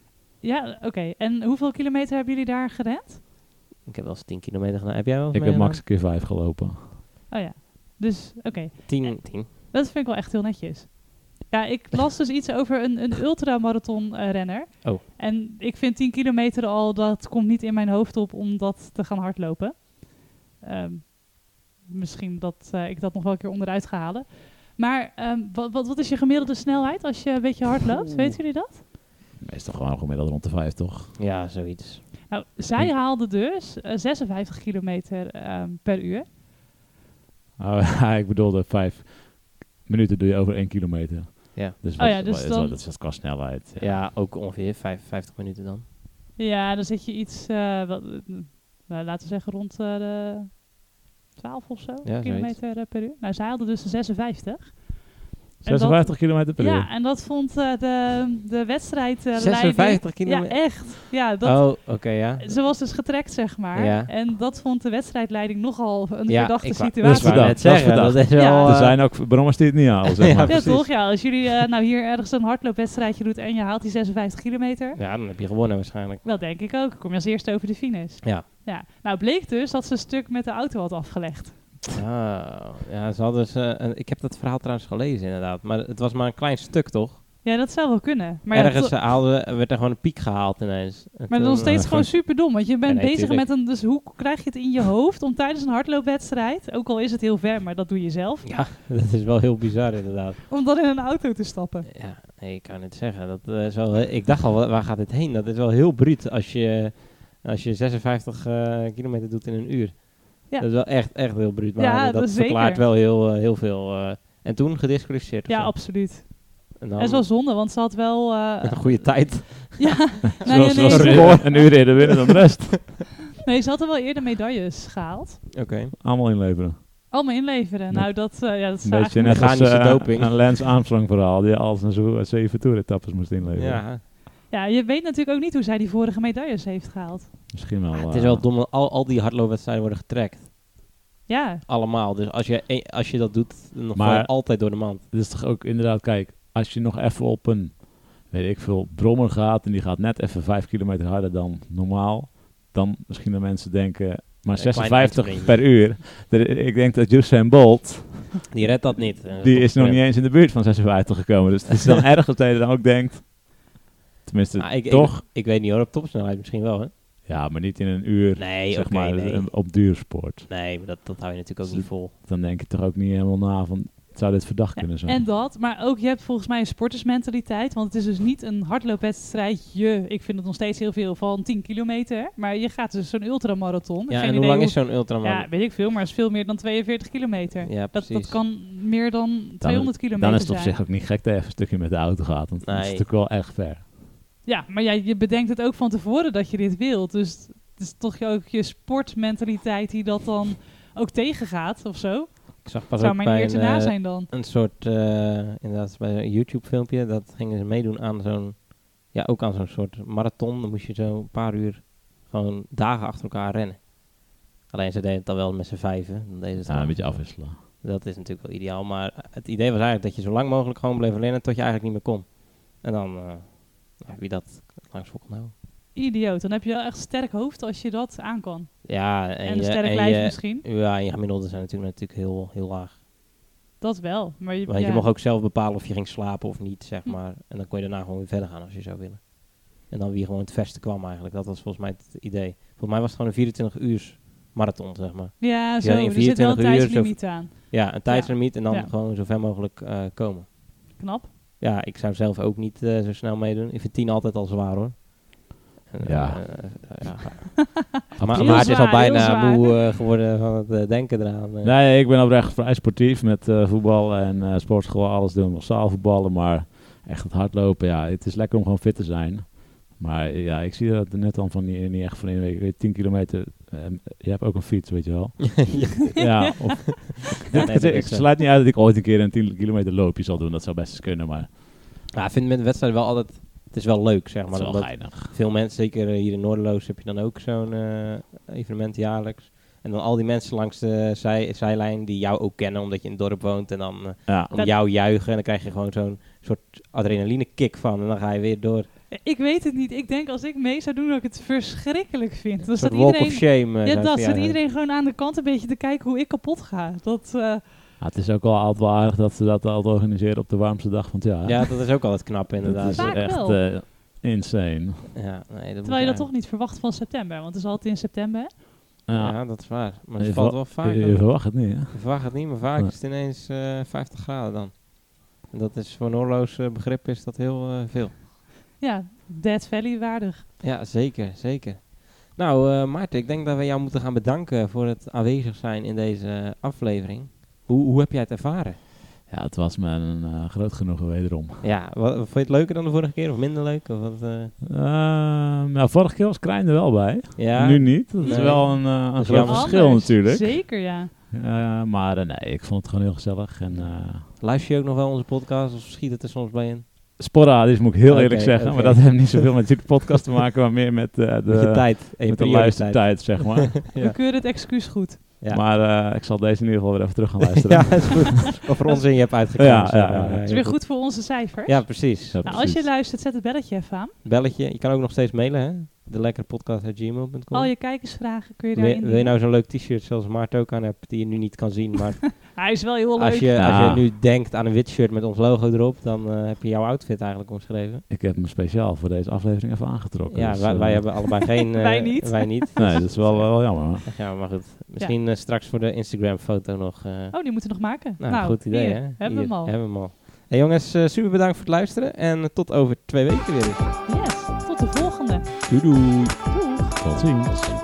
Ja, oké. En hoeveel kilometer hebben jullie daar gerend? Ik heb wel eens tien kilometer gedaan. Heb jij wel eens Ik heb meegedaan? max een keer vijf gelopen. Oh ja. Dus, oké. Tien, tien. Dat vind ik wel echt heel netjes. Ja, ik las dus iets over een, een ultramarathon uh, renner. Oh. En ik vind tien kilometer al, dat komt niet in mijn hoofd op om dat te gaan hardlopen. Um, misschien dat uh, ik dat nog wel een keer onderuit ga halen. Maar um, wat, wat, wat is je gemiddelde snelheid als je een beetje hard loopt? Weten jullie dat? Meestal gewoon gemiddeld rond de vijf, toch? Ja, zoiets. Nou, zij haalde dus uh, zesenvijftig kilometer um, per uur. Oh, ik bedoelde vijf minuten doe je over één kilometer. Ja. Dus, Oh wat, ja, dus wat, dan- dat is qua snelheid. Ja, ja ook ongeveer vijfenvijftig minuten dan. Ja, dan zit je iets, uh, wat, uh, nou, laten we zeggen rond uh, de twaalf of zo Ja, kilometer uh, per uur. Nou, zij haalde dus de zesenvijftig. En dat- zesenvijftig kilometer per uur. Ja, en dat vond uh, de, de wedstrijd uh, zesenvijftig kilometer? Ja, echt. Ja, dat, Oh, oké, okay, ja. Ze was dus getrekt, zeg maar. Ja. En dat vond de wedstrijdleiding nogal een Ja, verdachte ik wou- situatie. ik wou verdacht, net dat is zeggen, dat verdacht. is wel... Ja. Er eh, zijn ook brommers die het niet halen, zeg Ja, maar. Ja, precies. toch? Ja, als jullie uh, nou hier ergens een hardloopwedstrijdje doet en je haalt die zesenvijftig kilometer, Ja, dan heb je gewonnen waarschijnlijk. wel denk ik ook. Kom je als eerste over de finish. Ja. Ja. Nou, bleek dus dat ze een stuk met de auto had afgelegd. Ah, ja, ze hadden ze, een- ik heb dat verhaal trouwens gelezen inderdaad. Maar het was maar een klein stuk, toch? Ja, dat zou wel kunnen. Maar, ja, Ergens to- eh, haalden, werd er gewoon een piek gehaald ineens. En maar toen, nog steeds eh, gewoon super dom. Want je bent Ja, nee, bezig tuurlijk. met een... Dus hoe krijg je het in je hoofd om tijdens een hardloopwedstrijd, ook al is het heel ver, maar dat doe je zelf, Ja, dat is wel heel bizar inderdaad. om dan in een auto te stappen. Ja, nee, ik kan het zeggen. Dat, eh, is wel, ik dacht al, wa- waar gaat dit heen? Dat is wel heel bruut als je, als je zesenvijftig uh, kilometer doet in een uur. Ja. Dat is wel echt, echt heel bruut. Maar Ja, dat, dat is verklaart zeker. wel heel, uh, heel veel. Uh, en toen gedisqualificeerd. of Ja, zo. absoluut. En dan Dat is wel zonde, want ze had wel... uh, met een goede tijd. ja, nee, Zoals nee, zoals nee, een, uur, een uur eerder winnen dan de rest. nee, ze had er wel eerder medailles gehaald. Oké. Allemaal inleveren. Allemaal inleveren. Ja. Nou, dat, uh, ja, dat is Een beetje eigenlijk- net als Mechanische uh, doping. een Lance Armstrong verhaal, die al zijn zo- zeven toeretappes moest inleveren. Ja, Ja, je weet natuurlijk ook niet hoe zij die vorige medailles heeft gehaald. Misschien wel. het uh, is wel dom. dat Al, al die hardloopwedstrijden worden getrekt. Ja, Allemaal. Dus als je, e- als je dat doet, dan Maar- val je altijd door de mand. Dit is toch ook inderdaad, kijk, als je nog even op een, weet ik veel, brommer gaat en die gaat net even vijf kilometer harder dan normaal, dan misschien dat mensen denken, maar Een klein zesenvijftig uitsprintje. per uur. Er- ik denk dat Usain Bolt, Die redt dat niet. Eh, die top is nog sprint. niet eens in de buurt van zesenvijftig gekomen. Dus het is dan erg dat je dan ook denkt, tenminste, Ah, ik, toch? Ik, ik weet niet hoor, op topsnelheid misschien wel, hè? Ja, maar niet in een uur, Nee, zeg oké, maar, nee. een- op duursport. Nee, maar dat, dat hou je natuurlijk ook Dus- niet vol. Dan denk je toch ook niet helemaal na van, zou dit verdacht ja, kunnen zijn? en dat. Maar ook, je hebt volgens mij een sportersmentaliteit. Want het is dus niet een hardloopwedstrijdje. Ik vind het nog steeds heel veel van tien kilometer. Maar je gaat dus zo'n ultramarathon. Ja, Geen en hoe idee lang is zo'n ultramarathon? Ja, weet ik veel. Maar het is veel meer dan tweeënveertig kilometer. Ja, Dat, precies. dat kan meer dan tweehonderd kilometer Dan is het op zijn. zich ook niet gek dat je even een stukje met de auto gaat. Want het Nee. is natuurlijk wel erg ver. Ja, maar ja, je bedenkt het ook van tevoren dat je dit wilt. Dus het is toch ook je sportmentaliteit die dat dan ook tegengaat of zo. Ik zag pas Zou ook mijn bij eer te een, na eh, zijn dan. een soort, eh, inderdaad bij een YouTube filmpje, dat gingen ze meedoen aan zo'n, ja ook aan zo'n soort marathon. Dan moest je zo een paar uur gewoon dagen achter elkaar rennen. Alleen ze deden het dan wel met z'n vijven. Dan deden ze het Ja, dan- een beetje afwisselen. Dat is natuurlijk wel ideaal, maar het idee was eigenlijk dat je zo lang mogelijk gewoon bleef rennen tot je eigenlijk niet meer kon. En dan eh, ja, wie dat langs vol kon houden. Idioot. Dan heb je wel echt een sterk hoofd als je dat aan kan. Ja, en, En, je, een sterk en lijf je, misschien. Ja, en je gemiddelden zijn natuurlijk, natuurlijk heel, heel laag. Dat wel. Maar je, Want ja. je mocht ook zelf bepalen of je ging slapen of niet, zeg Hm. maar. En dan kon je daarna gewoon weer verder gaan als je zou willen. En dan wie gewoon het verste kwam eigenlijk. Dat was volgens mij het idee. Volgens mij was het gewoon een vierentwintig uur marathon, zeg maar. Ja, zo. Ja, in Er zit wel een vierentwintig uur zo- tijdslimiet aan. Ja, een tijdslimiet en dan Ja. gewoon zo ver mogelijk eh, komen. Knap. Ja, ik zou zelf ook niet eh, zo snel meedoen. Ik vind tien altijd al zwaar, hoor. En, Ja. eh, eh, ja. Heel maar maar het is al zwaar, heel bijna zwaar. moe eh, geworden van het eh, denken eraan. eh. Nee, ik ben oprecht vrij sportief met eh voetbal en eh sportschool, alles doen, massaal voetballen. Maar echt het hardlopen, ja, het is lekker om gewoon fit te zijn. Maar eh, ja, ik zie dat net dan van niet, niet echt van één week. tien kilometer, eh, je hebt ook een fiets, weet je wel. Ja, of, Ja, nee, dat ik is, eh, sluit niet uit dat ik ooit een keer een tien kilometer loopje zal doen. Dat zou best eens kunnen, maar Ja, ik vind met wedstrijden wel altijd... Het is wel leuk, zeg het maar. is wel omdat geinig. veel mensen, zeker eh, hier in Noorderloos, heb je dan ook zo'n eh, evenement jaarlijks. En dan al die mensen langs de zij, zijlijn die jou ook kennen omdat je in het dorp woont. En dan eh, Ja, om Dat- jou juichen. En dan krijg je gewoon zo'n soort adrenaline kick van. En dan ga je weer door. Ik weet het niet. Ik denk als ik mee zou doen dat ik het verschrikkelijk vind. Dan Een staat soort walk iedereen, of shame. eh, ja, zou dat voor staat jou iedereen gewoon aan de kant een beetje te kijken hoe ik kapot ga. Dat, eh, Ja, het is ook wel altijd wel aardig dat ze dat altijd organiseren op de warmste dag van het jaar. Ja, dat is ook altijd knap inderdaad. Dat is Vaak echt wel. uh, insane. Ja, nee, dat Terwijl je dat toch niet verwacht van september, want het is altijd in september. Hè? Ja, Ja, dat is waar. Maar je, het valt verwa- wel vaak. je, je verwacht het niet, hè? Je verwacht het niet, maar vaak Nee. is het ineens uh, vijftig graden dan. En dat is voor een oorloos uh, begrip is dat heel uh, veel. Ja, Dead Valley waardig. Ja, zeker, zeker. Nou, uh, Maarten, ik denk dat we jou moeten gaan bedanken voor het aanwezig zijn in deze uh, aflevering. Hoe, hoe heb jij het ervaren? Ja, het was me een uh, groot genoegen wederom. Ja, wat, vond je het leuker dan de vorige keer of minder leuk? Of wat, uh? Uh, nou, vorige keer was Krijn er wel bij. Ja, Nu niet. Dat is Nee. wel een, uh, een is groot jammer. verschil Anders. natuurlijk. Zeker, ja. Uh, maar uh, nee, ik vond het gewoon heel gezellig. En, uh, luister je ook nog wel onze podcast of schiet het er soms bij in? sporadisch moet ik heel Oké, eerlijk zeggen. oké. Maar dat heeft niet zoveel met de podcast te maken, maar meer met, uh, de, Met je tijd. En je met de prioriteit. luistertijd, zeg maar. We Ja. keuren het excuus goed. Ja. Maar uh, ik zal deze in ieder geval weer even terug gaan luisteren. Ja, dat is goed. Wat voor onzin je hebt uitgekozen. Ja, ja, ja. Het is weer goed voor onze cijfers. Ja, precies. Ja, Nou, als je precies. luistert, zet het belletje even aan. Belletje. Je kan ook nog steeds mailen, hè? De lekkerpodcast at gmail punt com. Al je kijkersvragen kun je Wil, daarin wil je nou zo'n leuk t-shirt zoals Maarten ook aan hebt, die je nu niet kan zien, maar Hij is wel heel leuk. als je, Ja. als je nu denkt aan een wit shirt met ons logo erop, dan uh, heb je jouw outfit eigenlijk omschreven. Ik heb me speciaal voor deze aflevering even aangetrokken. Ja, dus, wij, uh, wij hebben allebei geen... uh, Wij niet. Wij niet. Nee, dat is wel, wel jammer. Hoor. Ja, maar goed. Misschien uh, straks voor de Instagram foto nog... Uh, Oh, die moeten we nog maken. nou, goed idee, hier, hè? Hebben we Hier, hem al. Hebben we hem al. Hey jongens, uh, super bedankt voor het luisteren en uh, tot over twee weken weer eens. Yes, tot de volgende. Doei doei. Doeg. Tot ziens.